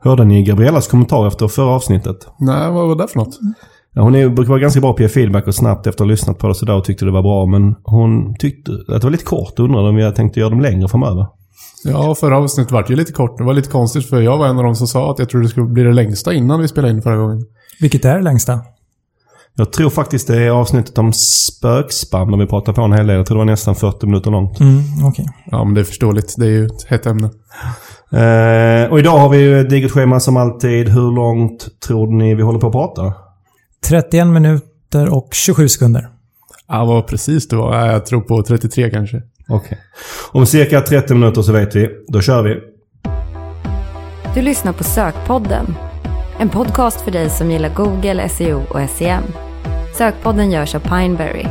Hörde ni Gabrielas kommentar efter förra avsnittet? Nej, vad var det för något? Ja, hon brukar vara ganska bra på att ge feedback och snabbt efter att ha lyssnat på det sådär och tyckte det var bra. Men hon tyckte att det var lite kort och undrade om jag tänkte göra dem längre framöver. Ja, förra avsnittet var ju lite kort. Det var lite konstigt för jag var en av dem som sa att jag trodde det skulle bli det längsta innan vi spelade in förra gången. Vilket är det längsta? Jag tror faktiskt det är avsnittet om spökspam när vi pratar på en hel del. Jag tror det var nästan 40 minuter långt. Okej. Ja, men det är förståeligt. Det är ju ett hett ämne. Och idag har vi ju ett digert schema som alltid. Hur långt tror ni vi håller på att prata? 31 minuter och 27 sekunder. Ja, vad precis det var. Jag tror på 33 kanske. Okej. Om cirka 30 minuter så vet vi. Då kör vi. Du lyssnar på Sökpodden. En podcast för dig som gillar Google, SEO och SEM. Sökpodden görs av Pineberry.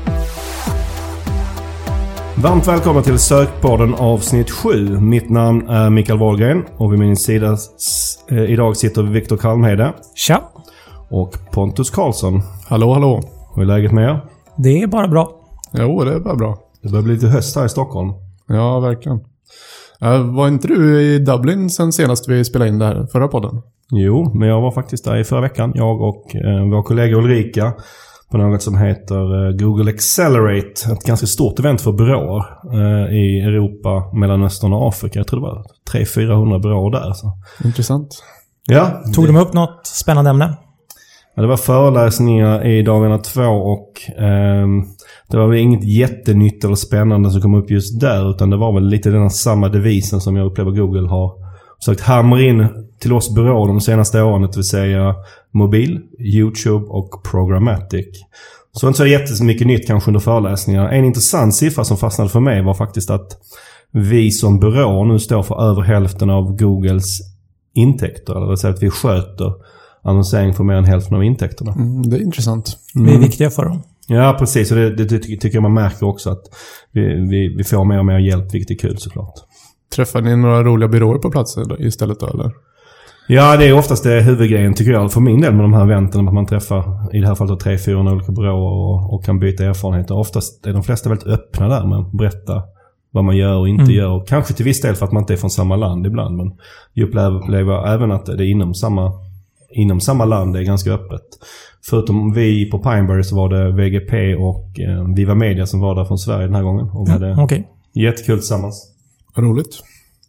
Varmt välkommen till Sökpodden avsnitt 7. Mitt namn är Mikael Wahlgren och vid min sida idag sitter Viktor Kalmhede. Tja. Och Pontus Karlsson. Hallå, hallå. Hur är läget med er? Det är bara bra. Jo, det är bara bra. Det börjar bli lite höst här i Stockholm. Ja, verkligen. Var inte du i Dublin sen senast vi spelade in det här förra podden? Jo, men jag var faktiskt där i förra veckan. Jag och vår kollega Ulrika på något som heter Google Accelerate. Ett ganska stort event för byråer i Europa, Mellanöstern och Afrika. Jag tror det var 300-400 byråer där. Så. Intressant. Ja. Tog de upp något spännande ämne? Ja, det var föreläsningar i dagarna 2 och det var väl inget jättenytt eller spännande som kom upp just där, utan det var väl lite den samma devisen som jag upplever Google har försökt hamra in till oss byråer de senaste åren, det vill säga mobil, YouTube och programmatic. Så inte så jättemycket nytt kanske under föreläsningar. En intressant siffra som fastnade för mig var faktiskt att vi som byråer nu står för över hälften av Googles intäkter, eller det vill säga att vi sköter annonsering för mer än hälften av intäkterna. Det är intressant. Vi är viktiga för dem. Ja, precis. Och det tycker jag man märker också att vi får mer och mer hjälp, vilket är kul såklart. Träffar ni några roliga byråer på plats istället då, eller? Ja, det är oftast det huvudgrejen tycker jag. För min del med de här eventen att man träffar i det här fallet 300-400 olika byråer och kan byta erfarenheter. Oftast är de flesta väldigt öppna där med att berätta vad man gör och inte gör. Och kanske till viss del för att man inte är från samma land ibland. Men jag upplever även att det är inom samma land är ganska öppet. Förutom vi på Pineberry så var det VGP och Viva Media som var där från Sverige den här gången. Och hade jättekul tillsammans. Roligt.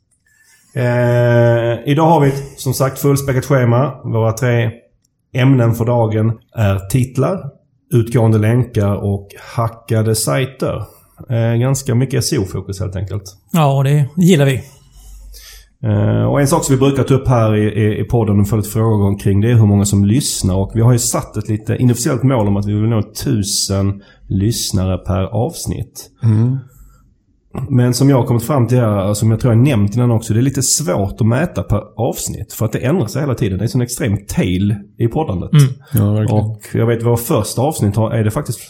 Idag har vi som sagt fullspäckat schema. Våra 3 ämnen för dagen är titlar, utgående länkar och hackade sajter. Ganska mycket SEO-fokus helt enkelt. Ja, det gillar vi. Och en sak som vi brukar ta upp här i podden och få lite frågor kring, det är hur många som lyssnar. Och vi har ju satt ett lite inofficiellt mål om att vi vill nå 1000 lyssnare per avsnitt. Men som jag har kommit fram till här, som jag tror jag nämnt innan också, det är lite svårt att mäta per avsnitt för att det ändrar sig hela tiden. Det är en sån extrem tail i poddandet. Ja, verkligen. Och jag vet våra första avsnitt är det faktiskt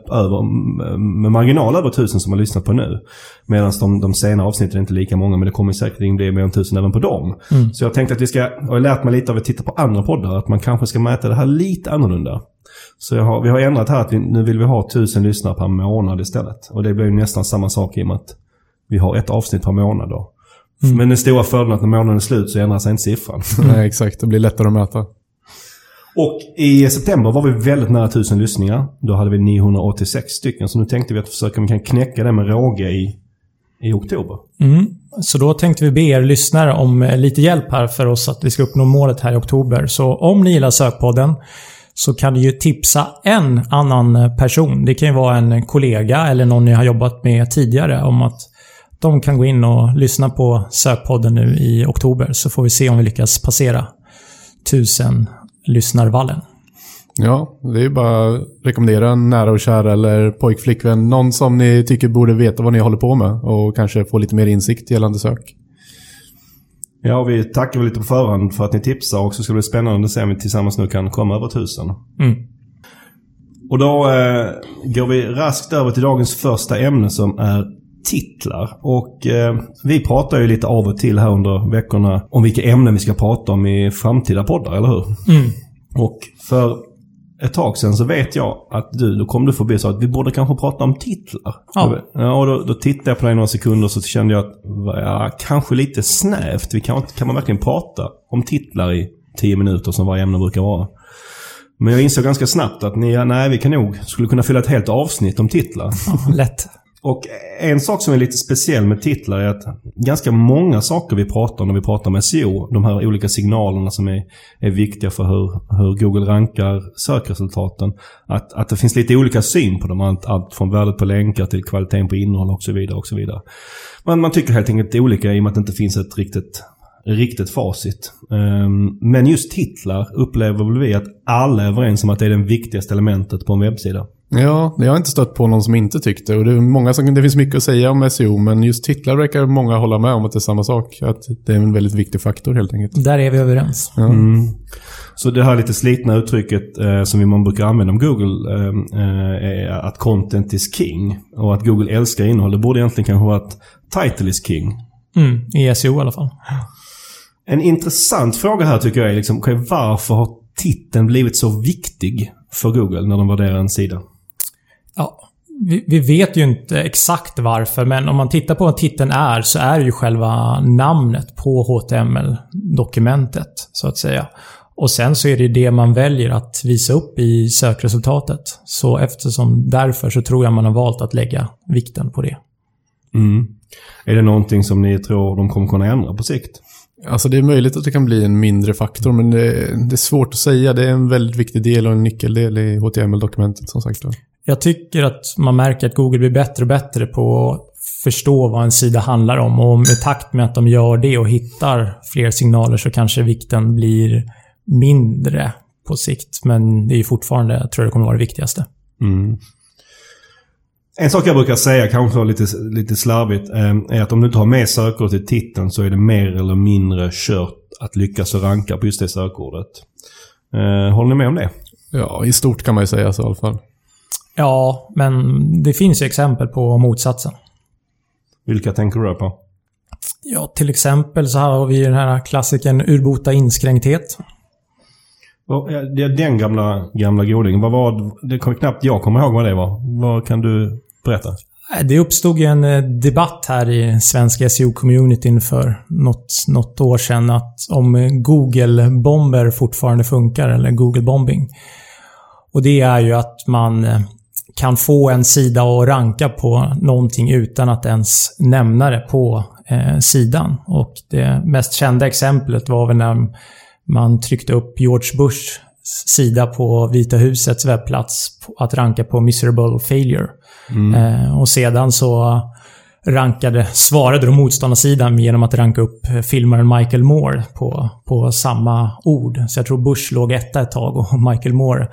med marginal över 1000 som har lyssnat på nu. Medan de senare avsnitten är inte lika många, men det kommer säkert bli mer än 1000 även på dem. Så jag tänkte att jag har lärt mig lite av att titta på andra poddar, att man kanske ska mäta det här lite annorlunda. Så vi har ändrat här att nu vill vi ha 1000 lyssnare per månad istället. Och det blir nästan samma sak i och med att vi har ett avsnitt per månad då. Men den stora fördelen att när månaden är slut så ändrar sig inte siffran. Nej, exakt. Det blir lättare att mäta. Och i september var vi väldigt nära 1000 lyssningar. Då hade vi 986 stycken. Så nu tänkte vi att försöka om vi kan knäcka det med råge i oktober. Så då tänkte vi be er lyssnare om lite hjälp här för oss att vi ska uppnå målet här i oktober. Så om ni gillar Sökpodden så kan ni ju tipsa en annan person. Det kan ju vara en kollega eller någon ni har jobbat med tidigare om att de kan gå in och lyssna på Sökpodden nu i oktober. Så får vi se om vi lyckas passera 1000 lyssnarvallen. Ja, det är ju bara att rekommendera en nära och kära eller pojkflickvän. Någon som ni tycker borde veta vad ni håller på med och kanske få lite mer insikt gällande sök. Ja, vi tackar väl lite på förhand för att ni tipsar och så ska det bli spännande att se om vi tillsammans nu kan komma över 1000. Och då går vi raskt över till dagens första ämne som är titlar. Och vi pratar ju lite av och till här under veckorna om vilka ämnen vi ska prata om i framtida poddar, eller hur? Och för ett tag sedan så vet jag att då kom du förbi och sa att vi borde kanske prata om titlar. Ja. Och då tittade jag på dig några sekunder och så kände jag att kanske lite snävt. Kan man verkligen prata om titlar i 10 minuter som varje ämne brukar vara? Men jag insåg ganska snabbt att vi kan nog skulle kunna fylla ett helt avsnitt om titlar. Ja, lätt. Och en sak som är lite speciell med titlar är att ganska många saker vi pratar om när vi pratar med SEO, de här olika signalerna som är viktiga för hur Google rankar sökresultaten, att det finns lite olika syn på dem, allt från värdet på länkar till kvaliteten på innehåll och så vidare och så vidare. Man tycker helt enkelt olika i och med att det inte finns ett riktigt facit. Men just titlar upplever väl vi att alla är överens om att det är det viktigaste elementet på en webbsida. Ja, jag har inte stött på någon som inte tyckte. Och det finns mycket att säga om SEO, men just titlar verkar många hålla med om att det är samma sak. Att det är en väldigt viktig faktor helt enkelt. Där är vi överens. Ja. Så det här lite slitna uttrycket som man brukar använda om Google är att content is king. Och att Google älskar innehåll. Det borde egentligen kanske vara att title is king. I SEO i alla fall. En intressant fråga här tycker jag är liksom, varför har titeln blivit så viktig för Google när de värderar en sida? Ja, vi vet ju inte exakt varför, men om man tittar på vad titeln är så är det ju själva namnet på HTML-dokumentet så att säga. Och sen så är det det man väljer att visa upp i sökresultatet. Så därför så tror jag man har valt att lägga vikten på det. Är det någonting som ni tror de kommer kunna ändra på sikt? Alltså det är möjligt att det kan bli en mindre faktor, men det är svårt att säga. Det är en väldigt viktig del och en nyckeldel i HTML-dokumentet som sagt. Jag tycker att man märker att Google blir bättre och bättre på att förstå vad en sida handlar om. Och med takt med att de gör det och hittar fler signaler så kanske vikten blir mindre på sikt. Men det är ju fortfarande, jag tror det kommer vara det viktigaste. En sak jag brukar säga, kanske lite slarvigt, är att om du inte har med sökord till titeln så är det mer eller mindre kört att lyckas ranka på just det sökordet. Håller ni med om det? Ja, i stort kan man ju säga så i alla fall. Ja, men det finns ju exempel på motsatsen. Vilka tänker du på? Ja, till exempel så har vi den här klassiken urbota inskränkthet. Den gamla godingen, vad var det? Knappt jag kommer ihåg vad det var. Vad kan du berätta? Det uppstod ju en debatt här i svenska SEO-communityn för något år sedan att om Google-bomber fortfarande funkar, eller Google-bombing. Och det är ju att man kan få en sida att ranka på någonting utan att ens nämna det på sidan. Och det mest kända exemplet var väl när man tryckte upp George Bushs sida på Vita husets webbplats att ranka på miserable failure. Och sedan så svarade de motståndarsidan genom att ranka upp filmaren Michael Moore på samma ord. Så jag tror Bush låg etta ett tag och Michael Moore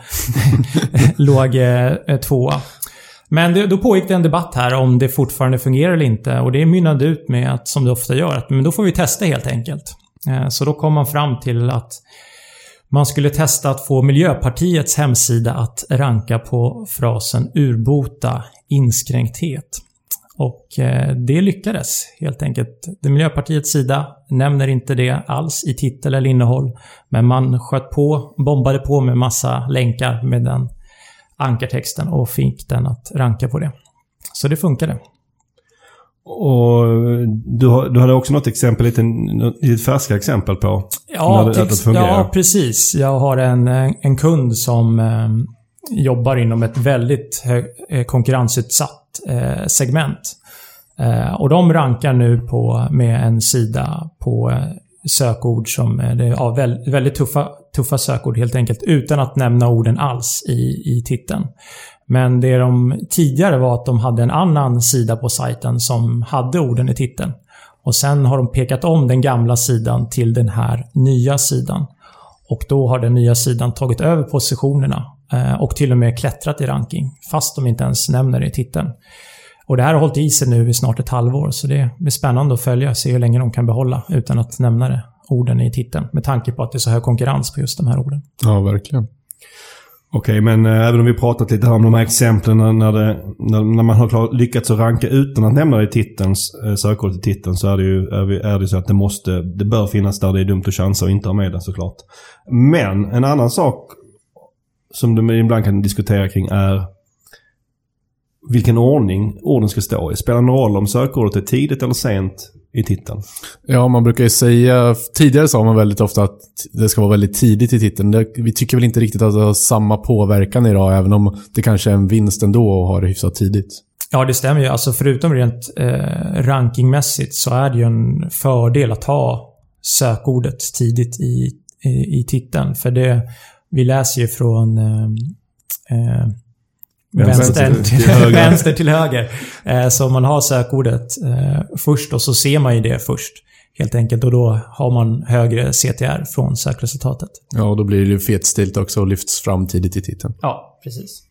låg tvåa. Men då pågick det en debatt här om det fortfarande fungerar eller inte. Och det mynnade ut med att, som det ofta gör, men då får vi testa helt enkelt. Så då kom man fram till att man skulle testa att få Miljöpartiets hemsida att ranka på frasen urbota inskränkthet. Och det lyckades helt enkelt. Miljöpartiets sida nämner inte det alls i titel eller innehåll. Men man bombade på med massa länkar med den ankartexten och fick den att ranka på det. Så det funkade. Och du hade också något exempel, lite färska exempel på att det fungerar. Ja, precis. Jag har en kund som jobbar inom ett väldigt konkurrensutsatt segment. Och de rankar nu med en sida på sökord som är väldigt tuffa sökord helt enkelt, utan att nämna orden alls i titeln. Men det de tidigare var att de hade en annan sida på sajten som hade orden i titeln. Och sen har de pekat om den gamla sidan till den här nya sidan. Och då har den nya sidan tagit över positionerna och till och med klättrat i ranking, fast de inte ens nämner det i titeln. Och det här har hållit i sig nu i snart ett halvår, så det blir spännande att följa och se hur länge de kan behålla utan att nämna orden i titeln. Med tanke på att det är så hög konkurrens på just de här orden. Ja, verkligen. Okej, men även om vi pratat lite här om de här exemplen när man har lyckats att ranka utan att nämna det i titeln, sökord i titeln, så är det så att det bör finnas där det är dumt att chansa och inte ha med det såklart. Men en annan sak som du ibland kan diskutera kring är vilken ordning orden ska stå i. Spelar det någon roll om sökordet är tidigt eller sent i titeln? Ja, man brukar ju säga... Tidigare sa man väldigt ofta att det ska vara väldigt tidigt i titeln. Vi tycker väl inte riktigt att det har samma påverkan idag, även om det kanske är en vinst ändå att ha det hyfsat tidigt. Ja, det stämmer ju. Alltså förutom rent rankingmässigt så är det ju en fördel att ha sökordet tidigt i titeln. För det, vi läser ju från vänster till höger. Så man har sökordet först och så ser man ju det först. Helt enkelt. Och då har man högre CTR från sökresultatet. Ja, och då blir det ju fetstilt också och lyfts fram tidigt i titeln. Ja, precis.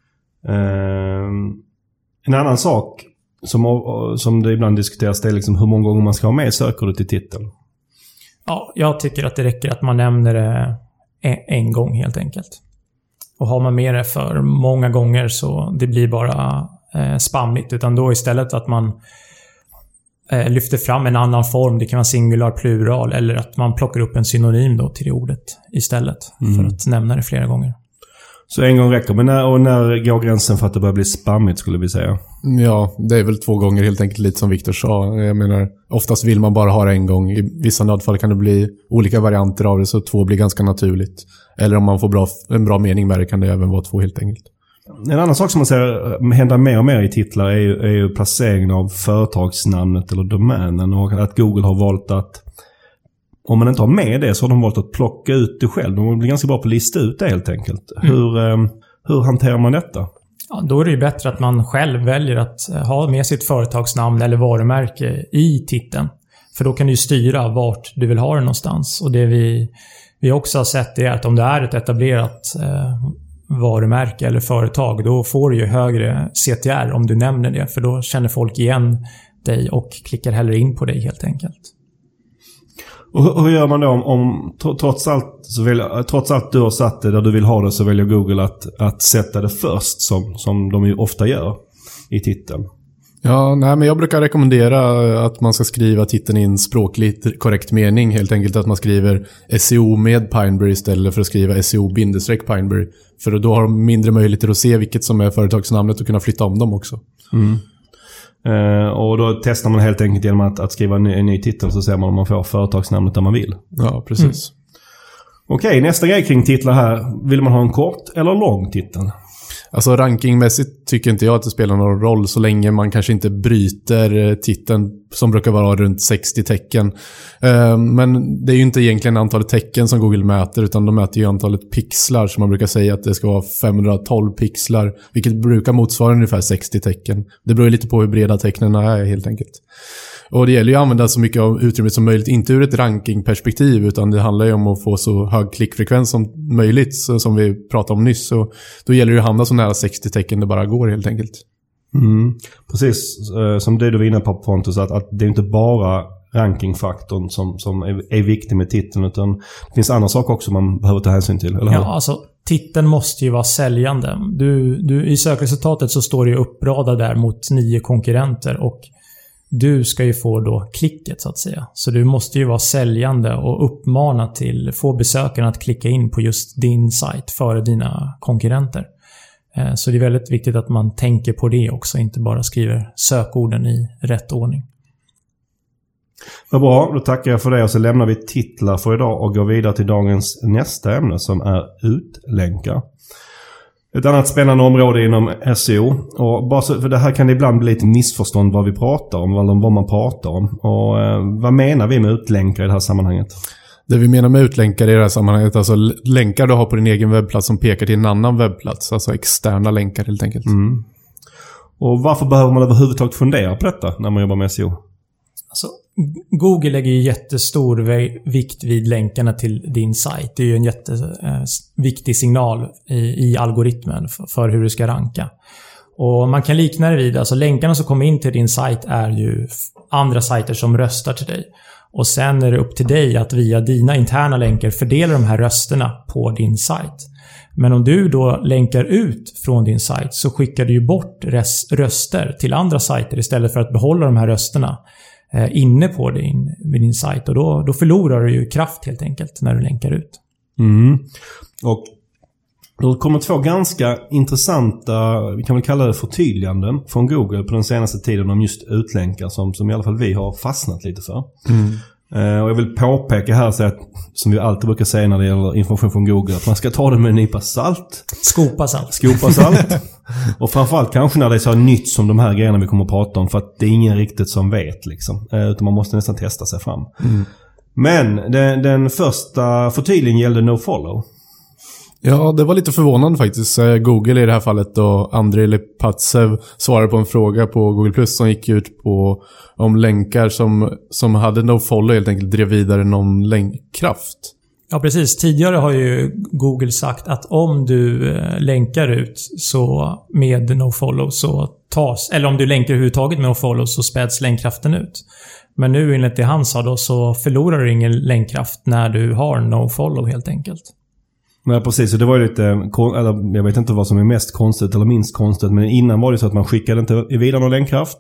En annan sak som det ibland diskuteras, det är liksom hur många gånger man ska ha med sökordet i titeln. Ja, jag tycker att det räcker att man nämner det en gång helt enkelt. Och har man med det för många gånger så det blir bara spammigt. Utan då istället att man lyfter fram en annan form. Det kan vara singular, plural. Eller att man plockar upp en synonym då till det ordet istället. För att nämna det flera gånger. Så en gång räcker. Men när går gränsen för att det börjar bli spammigt skulle vi säga? Ja, det är väl 2 gånger helt enkelt, lite som Victor sa. Jag menar, oftast vill man bara ha det en gång. I vissa nödfall kan det bli olika varianter av det, så 2 blir ganska naturligt. Eller om man får en bra mening med det kan det även vara 2 helt enkelt. En annan sak som man ser hända mer och mer i titlar är ju placeringen av företagsnamnet eller domänen. Och att Google har valt att, om man inte har med det, så har de valt att plocka ut det själv. De blir ganska bra på att lista ut det helt enkelt. Hur hanterar man detta? Ja, då är det ju bättre att man själv väljer att ha med sitt företagsnamn eller varumärke i titeln. För då kan du styra vart du vill ha det någonstans. Och det vi också har sett är att om det är ett etablerat varumärke eller företag, då får du ju högre CTR om du nämner det. För då känner folk igen dig och klickar hellre in på dig helt enkelt. Och hur gör man då om trots allt du har satt det där du vill ha det, så väljer Google att sätta det först som de ju ofta gör i titeln? Ja, nej, men jag brukar rekommendera att man ska skriva titeln i en språkligt korrekt mening. Helt enkelt att man skriver SEO med Pineberry istället för att skriva SEO-Pineberry. För då har de mindre möjligheter att se vilket som är företagsnamnet och kunna flytta om dem också. Och då testar man helt enkelt genom att skriva en ny titel, så ser man om man får företagsnamnet där man vill. Ja, precis. Okej, nästa grej kring titlar här. Vill man ha en kort eller lång titel? Alltså rankingmässigt tycker inte jag att det spelar någon roll så länge man kanske inte bryter titeln som brukar vara runt 60 tecken. Men det är ju inte egentligen antalet tecken som Google mäter, utan de mäter ju antalet pixlar, som man brukar säga att det ska vara 512 pixlar, vilket brukar motsvara ungefär 60 tecken. Det beror lite på hur breda tecknen är helt enkelt. Och det gäller ju att använda så mycket av utrymmet som möjligt, inte ur ett rankingperspektiv, utan det handlar ju om att få så hög klickfrekvens som möjligt, som vi pratade om nyss. Så då gäller det att hamna så nära 60 tecken det bara går helt enkelt. Precis, som du var inne på Pontus, att det är inte bara rankingfaktorn som är viktig med titeln, utan det finns andra saker också man behöver ta hänsyn till, eller hur? Ja, alltså titeln måste ju vara säljande. Du i sökresultatet så står det ju uppradad där mot 9 konkurrenter, och du ska ju få då klicket så att säga. Så du måste ju vara säljande och uppmana till, få besökarna att klicka in på just din sajt före dina konkurrenter. Så det är väldigt viktigt att man tänker på det också, inte bara skriver sökorden i rätt ordning. Vad bra, då tackar jag för det, och så lämnar vi titlar för idag och går vidare till dagens nästa ämne som är utlänkar. Ett annat spännande område inom SEO. Och bara så, för det här kan det ibland bli lite missförstånd vad vi pratar om, vad man pratar om. Och vad menar vi med utlänkar i det här sammanhanget? Det vi menar med utlänkar i det här sammanhanget, alltså länkar du har på din egen webbplats som pekar till en annan webbplats. Alltså externa länkar helt enkelt. Och varför behöver man överhuvudtaget fundera på detta när man jobbar med SEO? Alltså, Google lägger ju jättestor vikt vid länkarna till din sajt. Det är ju en jätteviktig signal i algoritmen för hur du ska ranka. Och man kan likna det vid, alltså länkarna som kommer in till din sajt är ju andra sajter som röstar till dig. Och sen är det upp till dig att via dina interna länkar fördela de här rösterna på din sajt. Men om du då länkar ut från din sajt så skickar du ju bort röster till andra sajter istället för att behålla de här rösterna inne på din sajt. Och då förlorar du ju kraft helt enkelt när du länkar ut. Och Det kommer 2 ganska intressanta, vi kan väl kalla det förtydliganden från Google på den senaste tiden om just utlänkar som i alla fall vi har fastnat lite för. Och jag vill påpeka här så att, som vi alltid brukar säga när det gäller information från Google, att man ska ta det med en nypa salt. Skopa salt. Och framförallt kanske när det är så nytt som de här grejerna vi kommer att prata om, för att det är ingen riktigt som vet liksom. Utan man måste nästan testa sig fram. Men den första förtydligen gällde nofollow. Ja, det var lite förvånande faktiskt. Google i det här fallet och Andrei Lepatsev svarade på en fråga på Google Plus som gick ut på om länkar som hade nofollow helt enkelt drev vidare någon länkkraft. Ja, precis. Tidigare har ju Google sagt att om du länkar ut så med nofollow så tas, eller om du länkar överhuvudtaget med nofollow så späds länkkraften ut. Men nu enligt det han sa då så förlorar du ingen länkkraft när du har nofollow helt enkelt. Nej, precis. Så det var ju lite, eller jag vet inte vad som är mest konstigt eller minst konstigt, men innan var det så att man skickade inte vidare någon länkkraft,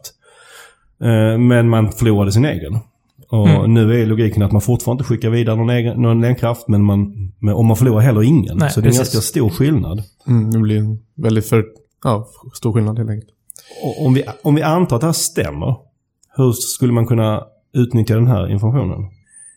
men man förlorade sin egen. Och nu är logiken att man fortfarande inte skickar vidare någon länkkraft, men om man förlorar heller ingen. Nej, så det är en ganska stor skillnad. Det blir en väldigt stor skillnad helt enkelt. Och om vi antar att det här stämmer, hur skulle man kunna utnyttja den här informationen?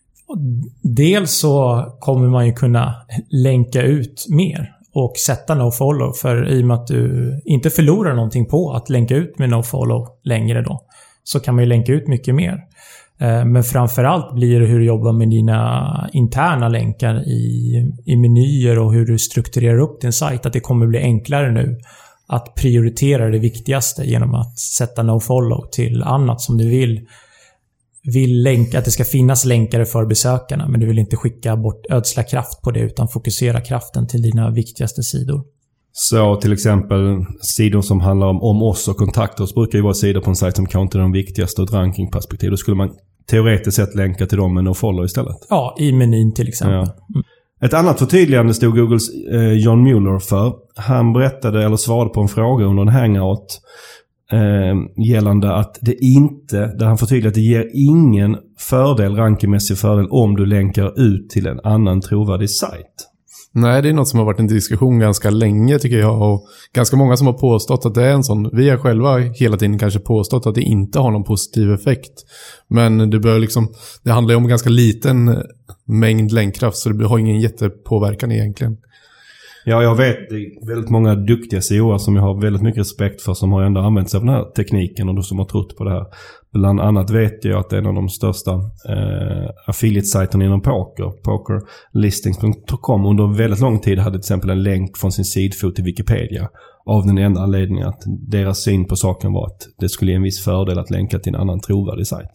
Dels så kommer man ju kunna länka ut mer och sätta nofollow, för i och med att du inte förlorar någonting på att länka ut med nofollow längre då, så kan man ju länka ut mycket mer. Men framförallt blir det hur du jobbar med dina interna länkar i menyer och hur du strukturerar upp din sajt, att det kommer bli enklare nu att prioritera det viktigaste genom att sätta nofollow till annat som du vill länka, att det ska finnas länkare för besökarna, men du vill inte skicka bort ödsla kraft på det utan fokusera kraften till dina viktigaste sidor. Så till exempel sidor som handlar om oss och kontakter oss brukar ju vara sidor på en sajt som counter de viktigaste ur ett rankingperspektiv. Då skulle man teoretiskt sett länka till dem med nofollow istället. Ja, i menyn till exempel. Ja. Ett annat förtydligande stod Googles John Mueller för. Han berättade eller svarade på en fråga under en hangout gällande att det inte, där han förtydligade att det ger ingen rankingmässig fördel om du länkar ut till en annan trovärdig sajt. Nej, det är något som har varit en diskussion ganska länge tycker jag, och ganska många som har påstått att det är en sån. Vi har själva hela tiden kanske påstått att det inte har någon positiv effekt. Men det handlar ju om ganska liten mängd länkkraft, så det har ingen jättepåverkan egentligen. Ja, jag vet väldigt många duktiga SEO:ar som jag har väldigt mycket respekt för, som har ändå använt sig av den här tekniken och då som har trott på det här. Bland annat vet jag att en av de största affiliate-sajterna inom pokerlistings.com under väldigt lång tid hade till exempel en länk från sin sidfot till Wikipedia, av den enda anledningen att deras syn på saken var att det skulle ge en viss fördel att länka till en annan trovärdig sajt.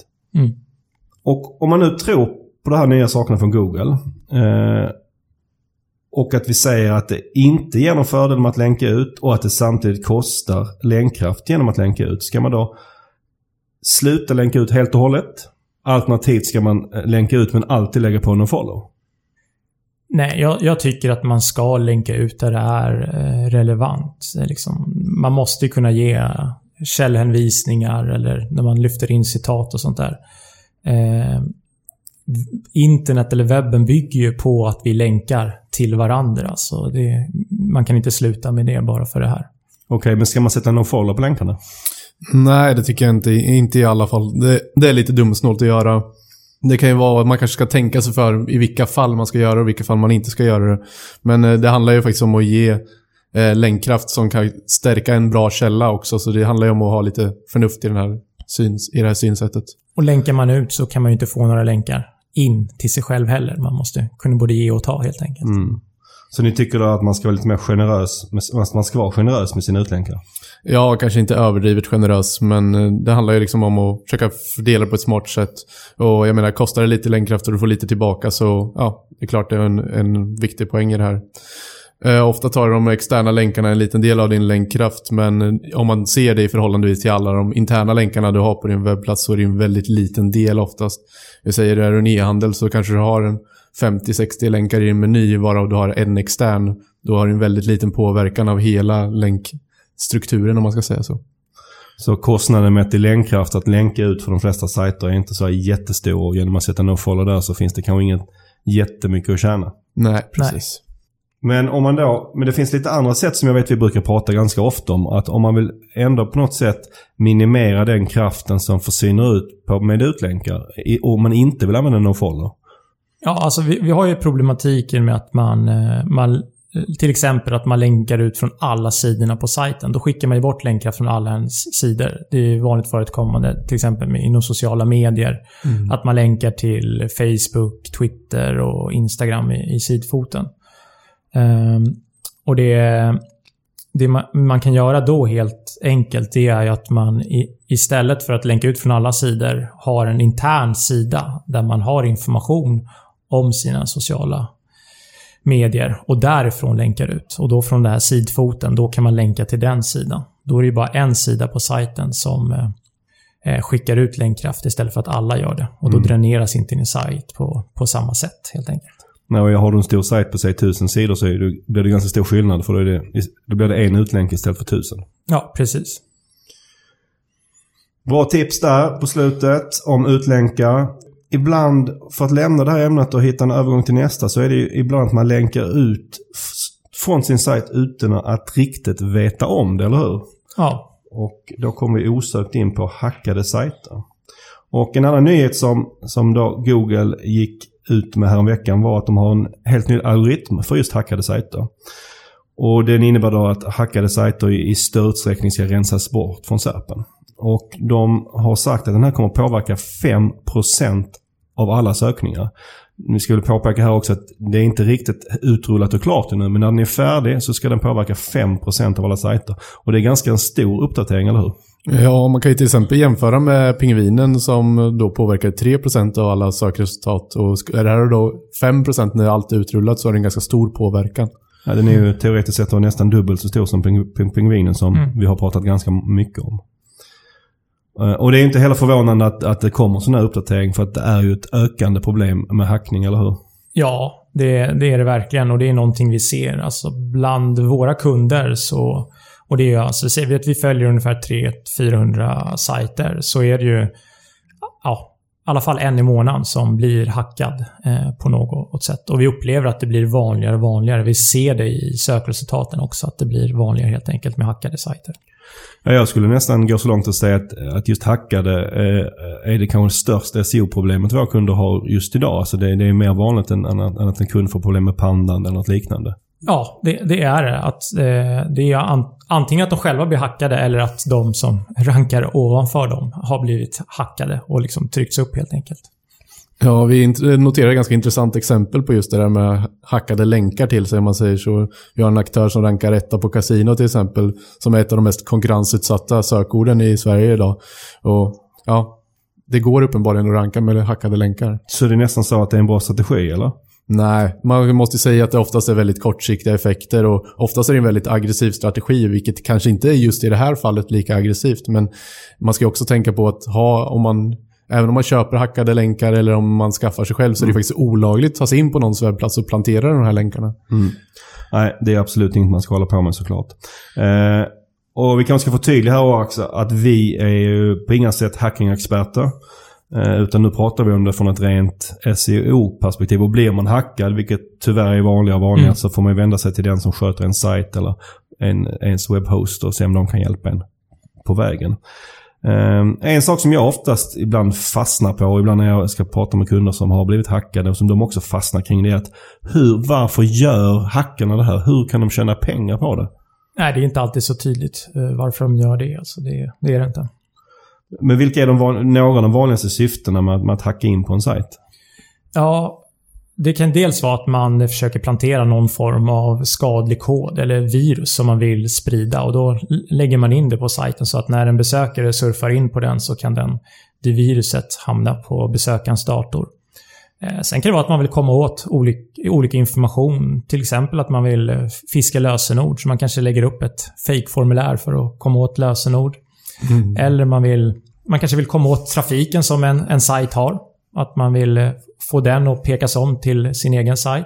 Och om man nu tror på de här nya sakerna från Google och att vi säger att det inte ger någon fördel med att länka ut och att det samtidigt kostar länkkraft genom att länka ut, ska man då sluta länka ut helt och hållet? Alternativt ska man länka ut men alltid lägga på nofollow? Nej, jag tycker att man ska länka ut där det är relevant. Man måste kunna ge källhänvisningar eller när man lyfter in citat och sånt där. Internet eller webben bygger ju på att vi länkar till varandra. Så man kan inte sluta med det bara för det här. Okej, men ska man sätta nofollow på länkarna? Nej, det tycker jag inte i alla fall. Det är lite dumsnålt att göra. Det kan ju vara att man kanske ska tänka sig för i vilka fall man ska göra och vilka fall man inte ska göra det. Men det handlar ju faktiskt om att ge länkkraft som kan stärka en bra källa också. Så det handlar ju om att ha lite förnuft i det här synsättet. Och länkar man ut så kan man ju inte få några länkar in till sig själv heller. Man måste kunna både ge och ta helt enkelt. Så ni tycker då att man ska vara lite mer generös, man ska vara generös med sina utlänkar? Ja, kanske inte överdrivet generös, men det handlar ju om att försöka fördela på ett smart sätt. Och jag menar, kostar det lite länkkraft och du får lite tillbaka, så ja, det är klart det är en viktig poäng i det här. Ofta tar de externa länkarna en liten del av din länkkraft, men om man ser det i förhållande till alla de interna länkarna du har på din webbplats så är det en väldigt liten del oftast. Jag säger det är en e-handel så kanske du har en 50-60 länkar i din meny varav du har en extern. Då har du en väldigt liten påverkan av hela länkstrukturen om man ska säga så. Så kostnaden med till länkkraft att länka ut för de flesta sajter är inte så jättestor, och genom att sätta nofollow där så finns det kanske inget jättemycket att tjäna. Nej, precis. Men men det finns lite andra sätt som jag vet vi brukar prata ganska ofta om. Att om man vill ändå på något sätt minimera den kraften som försvinner ut med utlänkar. Om man inte vill använda nofollow. Ja, alltså vi har ju problematiken med att man till exempel att man länkar ut från alla sidorna på sajten. Då skickar man ju bort länkar från alla ens sidor. Det är vanligt förekommande till exempel inom sociala medier. Att man länkar till Facebook, Twitter och Instagram i sidfoten. Och det man kan göra då helt enkelt, det är ju att man istället för att länka ut från alla sidor har en intern sida där man har information om sina sociala medier och därifrån länkar ut. Och då från den här sidfoten, då kan man länka till den sidan. Då är det ju bara en sida på sajten som skickar ut länkkraft istället för att alla gör det. Och då dräneras inte din sajt på samma sätt helt enkelt. När jag har en stor sajt på sig 1000 sidor så blir det ganska stor skillnad, för då blir det en utlänk istället för 1000. Ja, precis. Bra tips där på slutet om utlänkar. Ibland, för att lämna det här ämnet och hitta en övergång till nästa, så är det ju ibland att man länkar ut från sin sajt utan att riktigt veta om det, eller hur? Ja. Och då kommer vi osökt in på hackade sajter. Och en annan nyhet som då Google gick ut med häromveckan var att de har en helt ny algoritm för just hackade sajter. Och den innebär då att hackade sajter i större utsträckning ska rensas bort från SERPen. Och de har sagt att den här kommer att påverka 5% av alla sökningar. Nu ska vi påpeka här också att det är inte riktigt utrullat och klart nu, men när den är färdig så ska den påverka 5% av alla sajter. Och det är ganska en stor uppdatering, eller hur? Ja, man kan ju till exempel jämföra med Pingvinen som då påverkar 3% av alla sökresultat. Och är det här då 5% när allt är utrullat, så är det en ganska stor påverkan. Ja, den är ju teoretiskt sett nästan dubbelt så stor som Pingvinen som vi har pratat ganska mycket om. Och det är inte heller förvånande att det kommer sån här uppdatering, för att det är ju ett ökande problem med hackning, eller hur? Ja, det är det verkligen, och det är någonting vi ser alltså bland våra kunder. Så, och det är ju alltså, ser vi att vi följer ungefär 300-400 sajter, så är det ju i alla fall en i månaden som blir hackad på något sätt. Och vi upplever att det blir vanligare och vanligare. Vi ser det i sökresultaten också, att det blir vanligare helt enkelt med hackade sajter. Ja, jag skulle nästan gå så långt att säga att just hackade är det kanske största SEO-problemet våra kunder har just idag. Alltså det är mer vanligt än att en kund får problem med pandan eller något liknande. Ja, det är det. Att det är antingen att de själva blir hackade eller att de som rankar ovanför dem har blivit hackade och liksom tryckts upp helt enkelt. Ja, vi noterar ett ganska intressant exempel på just det där med hackade länkar till sig, man säger så. Vi har en aktör som rankar etta på Casino till exempel, som är ett av de mest konkurrensutsatta sökorden i Sverige idag. Och ja, det går uppenbarligen att ranka med hackade länkar. Så det är nästan så att det är en bra strategi, eller? Nej, man måste säga att det oftast är väldigt kortsiktiga effekter, och oftast är det en väldigt aggressiv strategi, vilket kanske inte är just i det här fallet lika aggressivt. Men man ska också tänka på att även om man köper hackade länkar eller om man skaffar sig själv, så är det faktiskt olagligt att ta sig in på någons webbplats och plantera de här länkarna. Nej, det är absolut inget man ska hålla på med, såklart. Och vi kanske ska få tydligt här också att vi är ju på inga sätt hacking-experter. Utan nu pratar vi om det från ett rent SEO-perspektiv. Och blir man hackad, vilket tyvärr är vanligare, så får man vända sig till den som sköter en sajt eller ens webbhost och se om de kan hjälpa en på vägen. En sak som jag oftast ibland fastnar på, och ibland när jag ska prata med kunder som har blivit hackade och som de också fastnar kring, det är att varför gör hackarna det här? Hur kan de tjäna pengar på det? Nej, det är inte alltid så tydligt varför de gör det. Alltså det är det inte. Men vilka är några av de vanligaste syftena med att hacka in på en sajt? Ja, det kan dels vara att man försöker plantera någon form av skadlig kod eller virus som man vill sprida, och då lägger man in det på sajten så att när en besökare surfar in på den så kan det viruset hamna på besökarens dator. Sen kan det vara att man vill komma åt olika information, till exempel att man vill fiska lösenord, så man kanske lägger upp ett fake-formulär för att komma åt lösenord. Eller man kanske vill komma åt trafiken som en sajt har. Att man vill få den att pekas om till sin egen sajt.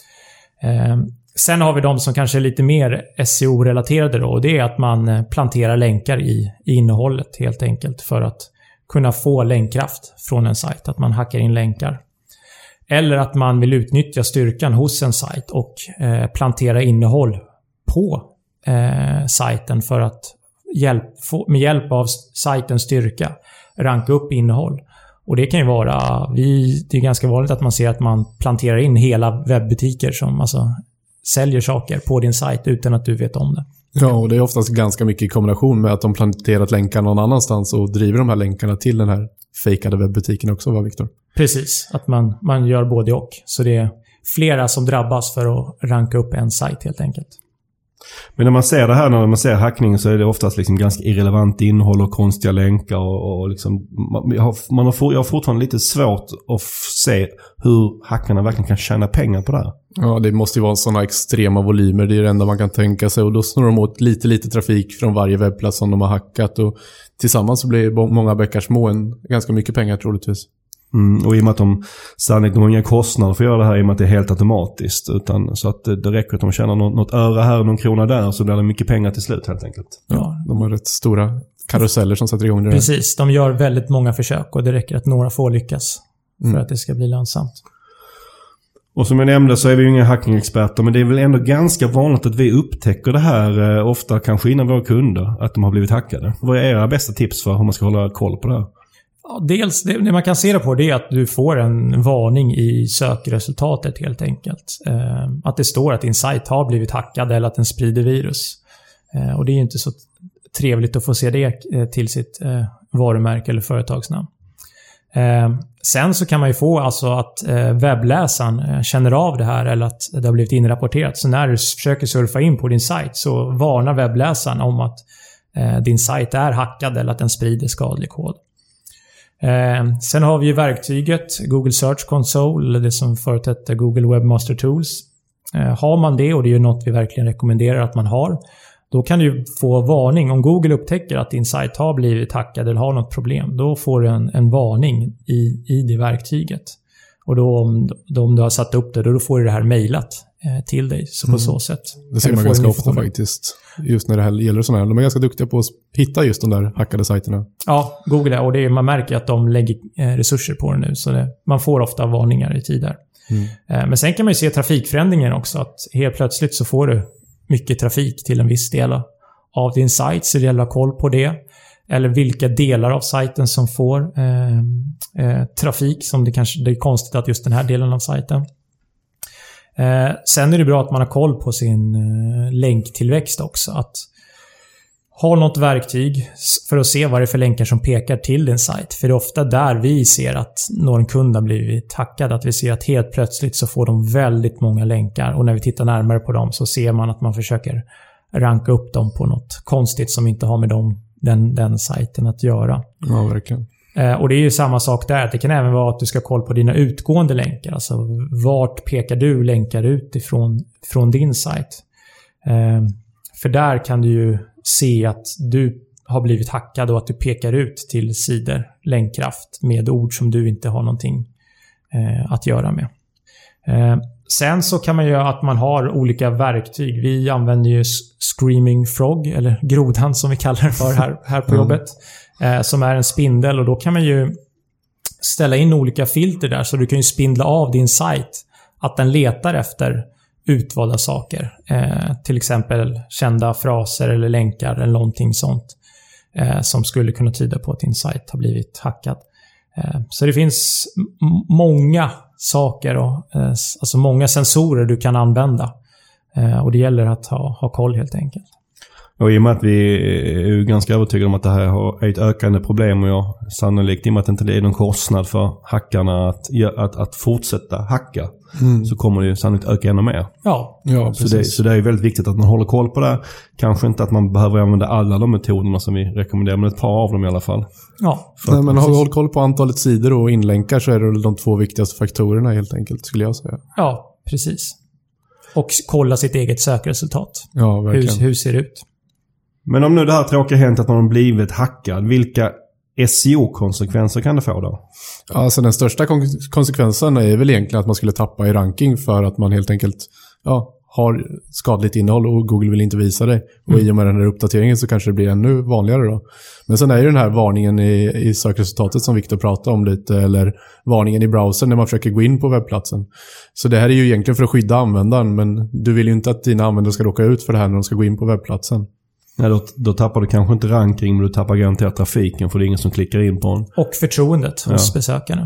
Sen har vi de som kanske är lite mer SEO-relaterade då. Och det är att man planterar länkar i innehållet helt enkelt för att kunna få länkkraft från en sajt. Att man hackar in länkar. Eller att man vill utnyttja styrkan hos en sajt och plantera innehåll på sajten för att med hjälp av sajtens styrka ranka upp innehåll. Och det kan ju vara, det är ganska vanligt att man ser att man planterar in hela webbutiker som alltså säljer saker på din sajt utan att du vet om det. Ja, och det är oftast ganska mycket i kombination med att de planterat länkar någon annanstans och driver de här länkarna till den här fejkade webbutiken också, va, Viktor? Precis, att man gör både och. Så det är flera som drabbas för att ranka upp en sajt helt enkelt. Men när man ser det här, när man ser hackning, så är det oftast liksom ganska irrelevant innehåll och konstiga länkar och liksom, jag har fortfarande lite svårt att se hur hackarna verkligen kan tjäna pengar på det här. Ja, det måste ju vara sådana extrema volymer. Det är det enda man kan tänka sig. Och då snurrar de åt lite trafik från varje webbplats som de har hackat. Och tillsammans så blir många bäckar små ganska mycket pengar troligtvis. Och i och med att de sannolikt har inga kostnader för att göra det här, i och med att det är helt automatiskt. Utan, så att det räcker att de tjänar något öre här och någon krona där, så blir det mycket pengar till slut helt enkelt. Ja, de har rätt stora karuseller som sätter igång det. Precis, de gör väldigt många försök och det räcker att några får lyckas för att det ska bli lönsamt. Och som jag nämnde så är vi ju inga hackingexperter, men det är väl ändå ganska vanligt att vi upptäcker det här ofta kanske innan våra kunder, att de har blivit hackade. Vad är era bästa tips för hur man ska hålla koll på det här? Ja, dels, det man kan se det på, det är att du får en varning i sökresultatet helt enkelt. Att det står att din sajt har blivit hackad eller att den sprider virus. Och det är ju inte så trevligt att få se det till sitt varumärke eller företagsnamn. Sen så kan man ju få alltså att webbläsaren känner av det här eller att det har blivit inrapporterat. Så när du försöker surfa in på din sajt så varnar webbläsaren om att din sajt är hackad eller att den sprider skadlig kod. Sen har vi ju verktyget Google Search Console, eller det som förut hette Google Webmaster Tools. Har man det, och det är ju något vi verkligen rekommenderar att man har, då kan du få varning. Om Google upptäcker att din sajt har blivit hackad eller har något problem, då får du en varning i det verktyget. Och då om du har satt upp det, då får du det här mejlat till dig. Så på så sätt. Det ser man ganska ofta faktiskt. Just när det här gäller sådana här. De är ganska duktiga på att hitta just de där hackade sajterna. Ja, Google är. Och man märker att de lägger resurser på det nu. Så man får ofta varningar i tid där. Men sen kan man ju se trafikförändringen också. Att helt plötsligt så får du mycket trafik till en viss del av din sajt. Så det gäller att ha koll på det. Eller vilka delar av sajten som får trafik. Som det är konstigt att just den här delen av sajten. Sen är det bra att man har koll på sin länktillväxt också. Att ha något verktyg för att se vad det är för länkar som pekar till din sajt. För det är ofta där vi ser att någon kund har blivit hackad. Att vi ser att helt plötsligt så får de väldigt många länkar. Och när vi tittar närmare på dem så ser man att man försöker ranka upp dem på något konstigt som inte har med den sajten att göra. Ja, verkligen. Och det är ju samma sak där. Det kan även vara att du ska ha koll på dina utgående länkar. Alltså vart pekar du länkar ut från din sajt. För där kan du ju se att du har blivit hackad och att du pekar ut till sidor länkkraft med ord som du inte har någonting att göra med. Sen så kan man göra att man har olika verktyg. Vi använder ju Screaming Frog, eller grodan som vi kallar det för här på jobbet. Som är en spindel, och då kan man ju ställa in olika filter där, så du kan ju spindla av din sajt att den letar efter utvalda saker. Till exempel kända fraser eller länkar eller någonting sånt som skulle kunna tyda på att din sajt har blivit hackad. Så det finns många saker och alltså många sensorer du kan använda. Och det gäller att ha koll helt enkelt. Och i och med att vi är ju ganska övertygade om att det här är ett ökande problem, och jag sannolikt i och med att det inte är någon kostnad för hackarna att fortsätta hacka, så kommer det ju sannolikt öka ännu mer. Ja, precis. Så det är ju väldigt viktigt att man håller koll på det. Kanske inte att man behöver använda alla de metoderna som vi rekommenderar, men ett par av dem i alla fall. Ja. Nej, men har du hållit koll på antalet sidor och inlänkar, så är det de två viktigaste faktorerna helt enkelt, skulle jag säga. Ja, precis. Och kolla sitt eget sökresultat. Ja, verkligen. Hur ser det ut? Men om nu det här tråkiga hänt att man har blivit hackad, vilka SEO-konsekvenser kan det få då? Alltså den största konsekvensen är väl egentligen att man skulle tappa i ranking, för att man helt enkelt har skadligt innehåll och Google vill inte visa det. Och i och med den här uppdateringen så kanske det blir ännu vanligare då. Men sen är ju den här varningen i sökresultatet som Victor pratade om lite, eller varningen i browsern när man försöker gå in på webbplatsen. Så det här är ju egentligen för att skydda användaren, men du vill ju inte att dina användare ska råka ut för det här när de ska gå in på webbplatsen. Nej, då tappar du kanske inte ranking, men du tappar garanterat trafiken, för det är ingen som klickar in på den. Och förtroendet hos besökarna.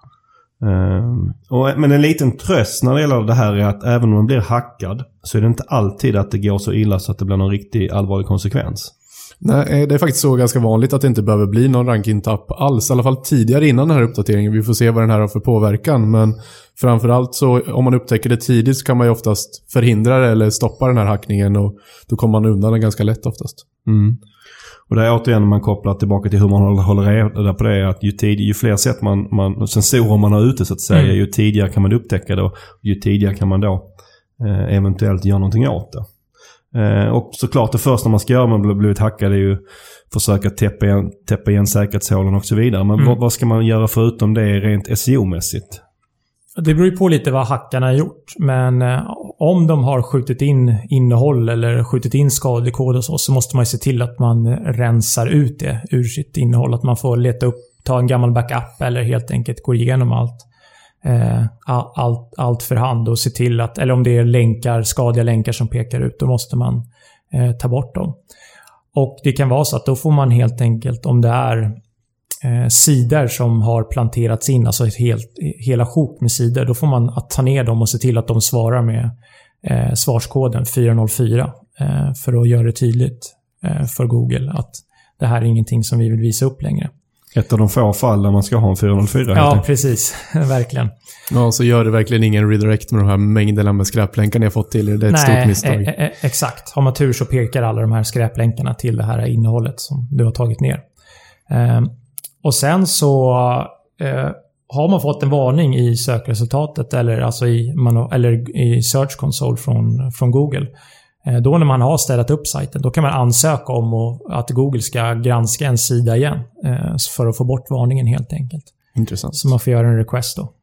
Men en liten tröst när det gäller det här är att även om man blir hackad så är det inte alltid att det går så illa så att det blir någon riktigt allvarlig konsekvens. Nej, det är faktiskt så ganska vanligt att det inte behöver bli någon rankingtapp alls. I alla fall tidigare innan den här uppdateringen. Vi får se vad den här har för påverkan. Men framförallt så om man upptäcker det tidigt så kan man ju oftast förhindra det eller stoppa den här hackningen. Och då kommer man undan den ganska lätt oftast. Mm. Och det är återigen när man kopplar tillbaka till hur man håller reda på det, att ju fler sätt sensorer man har ute så att säga, ju tidigare kan man upptäcka det och ju tidigare kan man då eventuellt göra någonting åt det. Och såklart det första man ska göra när man blivit hackad är ju försöka täppa igen säkerhetshålen och så vidare. Men vad ska man göra förutom det rent SEO-mässigt? Det beror ju på lite vad hackarna har gjort. Men om de har skjutit in innehåll eller skjutit in skadlig kod och så måste man ju se till att man rensar ut det ur sitt innehåll. Att man får leta upp, ta en gammal backup eller helt enkelt gå igenom allt för hand och se till att, eller om det är skadliga länkar som pekar ut, då måste man ta bort dem. Och det kan vara så att då får man helt enkelt, om det är sidor som har planterats in, alltså hela sjok med sidor, då får man att ta ner dem och se till att de svarar med svarskoden 404 för att göra det tydligt för Google att det här är ingenting som vi vill visa upp längre. Ett av de få fall där man ska ha en 404. Ja, precis. Verkligen. Ja, så gör det verkligen ingen redirect med de här mängderna med skräplänkar ni har fått till er. Det är ett stort misstag. Exakt. Har man tur så pekar alla de här skräplänkarna till det här innehållet som du har tagit ner. Och sen så har man fått en varning i sökresultatet eller alltså i Search Console från Google. Då när man har ställt upp sajten, då kan man ansöka om att Google ska granska en sida igen för att få bort varningen helt enkelt. Intressant. Så man får göra en request då.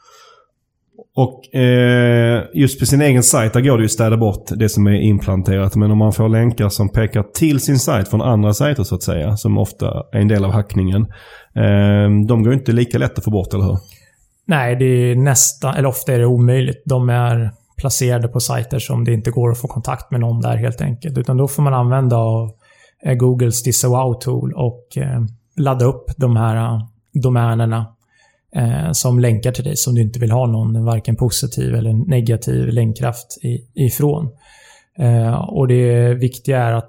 Och just på sin egen sajt, där går det ju att städa bort det som är implanterat. Men om man får länkar som pekar till sin sajt från andra sajter så att säga, som ofta är en del av hackningen, de går inte lika lätt att få bort, eller hur? Nej, det är nästan, eller ofta är det omöjligt. De är placerade på sajter som det inte går att få kontakt med någon där helt enkelt. Utan då får man använda Googles Disavow-tool och ladda upp de här domänerna som länkar till dig som du inte vill ha någon varken positiv eller negativ länkkraft ifrån. Och det viktiga är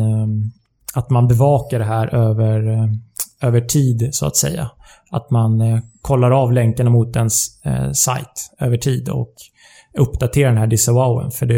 att man bevakar det här över tid så att säga. Att man kollar av länkarna mot ens sajt över tid och uppdaterar den här disavowen. För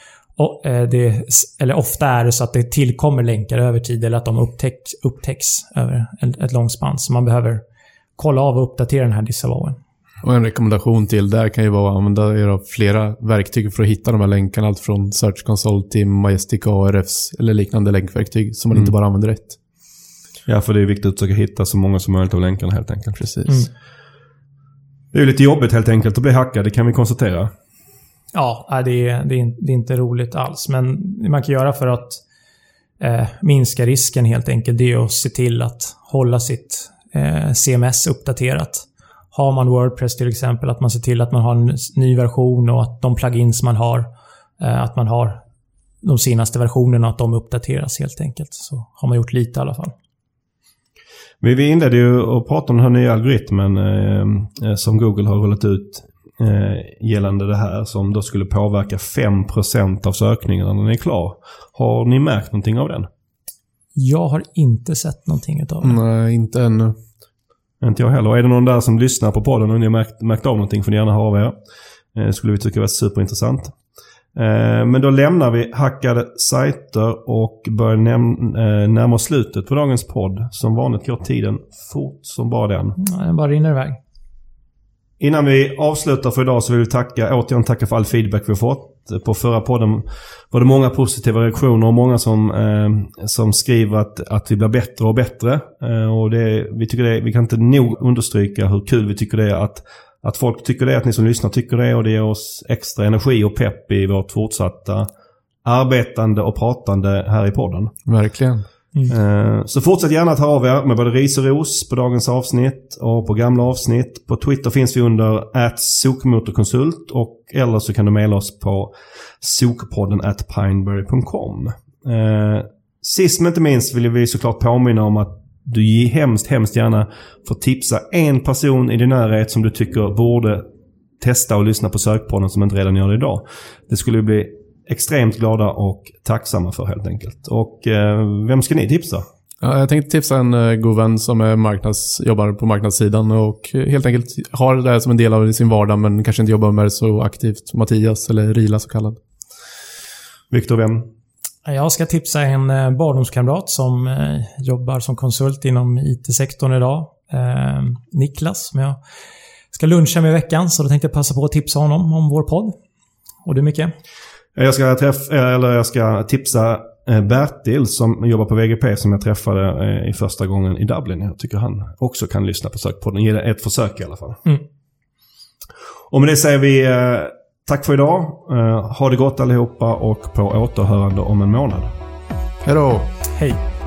eller ofta är det så att det tillkommer länkar över tid eller att de upptäcks över ett långt spann. Så man behöver kolla av och uppdatera den här disavowen. Och en rekommendation till där kan ju vara att använda er av flera verktyg för att hitta de här länkarna. Allt från Search Console till Majestic ARFs eller liknande länkverktyg som man inte bara använder rätt. Ja, för det är viktigt att försöka hitta så många som möjligt av länkarna helt enkelt. Precis. Det är ju lite jobbigt helt enkelt att bli hackad, det kan vi konstatera. Ja, det är inte roligt alls. Men det man kan göra för att minska risken helt enkelt, det är att se till att hålla sitt CMS uppdaterat. Har man WordPress till exempel, att man ser till att man har en ny version och att de plugins man har, att man har de senaste versionerna och att de uppdateras helt enkelt. Så har man gjort lite i alla fall. Vi inledde ju att prata om den här nya algoritmen som Google har rullat ut gällande det här, som då skulle påverka 5% av sökningarna när den är klar. Har ni märkt någonting av den? Jag har inte sett någonting av den. Nej, inte ännu. Inte jag heller. Är det någon där som lyssnar på podden och ni har märkt av någonting, får ni gärna höra av er. Det skulle vi tycka var superintressant. Men då lämnar vi hackade sajter och börjar närma oss slutet på dagens podd. Som vanligt går tiden fort som bara den. Ja, den bara rinner iväg. Innan vi avslutar för idag så vill vi återigen tacka för all feedback vi har fått. På förra podden var det många positiva reaktioner och många som skriver att vi blir bättre och bättre. Och vi kan inte nog understryka hur kul vi tycker det är att att folk tycker det, att ni som lyssnar tycker det, och det ger oss extra energi och pepp i vårt fortsatta arbetande och pratande här i podden. Verkligen. Så fortsätt gärna att höra av er med både ris och ros på dagens avsnitt och på gamla avsnitt. På Twitter finns vi under @sokmotorkonsult, och eller så kan du mejla oss på sokpodden@pineberry.com. Sist men inte minst vill vi såklart påminna om att du hemskt gärna får tipsa en person i din närhet som du tycker borde testa och lyssna på Sökpodden som inte redan gör det idag. Det skulle vi bli extremt glada och tacksamma för helt enkelt. Och vem ska ni tipsa? Ja, jag tänkte tipsa en god vän som är jobbar på marknadssidan och helt enkelt har det här som en del av sin vardag men kanske inte jobbar med det så aktivt. Mattias, eller Rila så kallad. Viktor, vem? Jag ska tipsa en barndomskamrat som jobbar som konsult inom IT-sektorn idag. Niklas, som jag ska luncha med i veckan, så då tänkte jag passa på att tipsa honom om vår podd. Och du, Micke? Jag ska tipsa Bertil som jobbar på VGP, som jag träffade i första gången i Dublin. Jag tycker han också kan lyssna på Sökpodden. Ge det ett försök i alla fall. Och med det säger vi tack för idag. Ha det gott allihopa, och på återhörande om en månad. Hej då! Hej!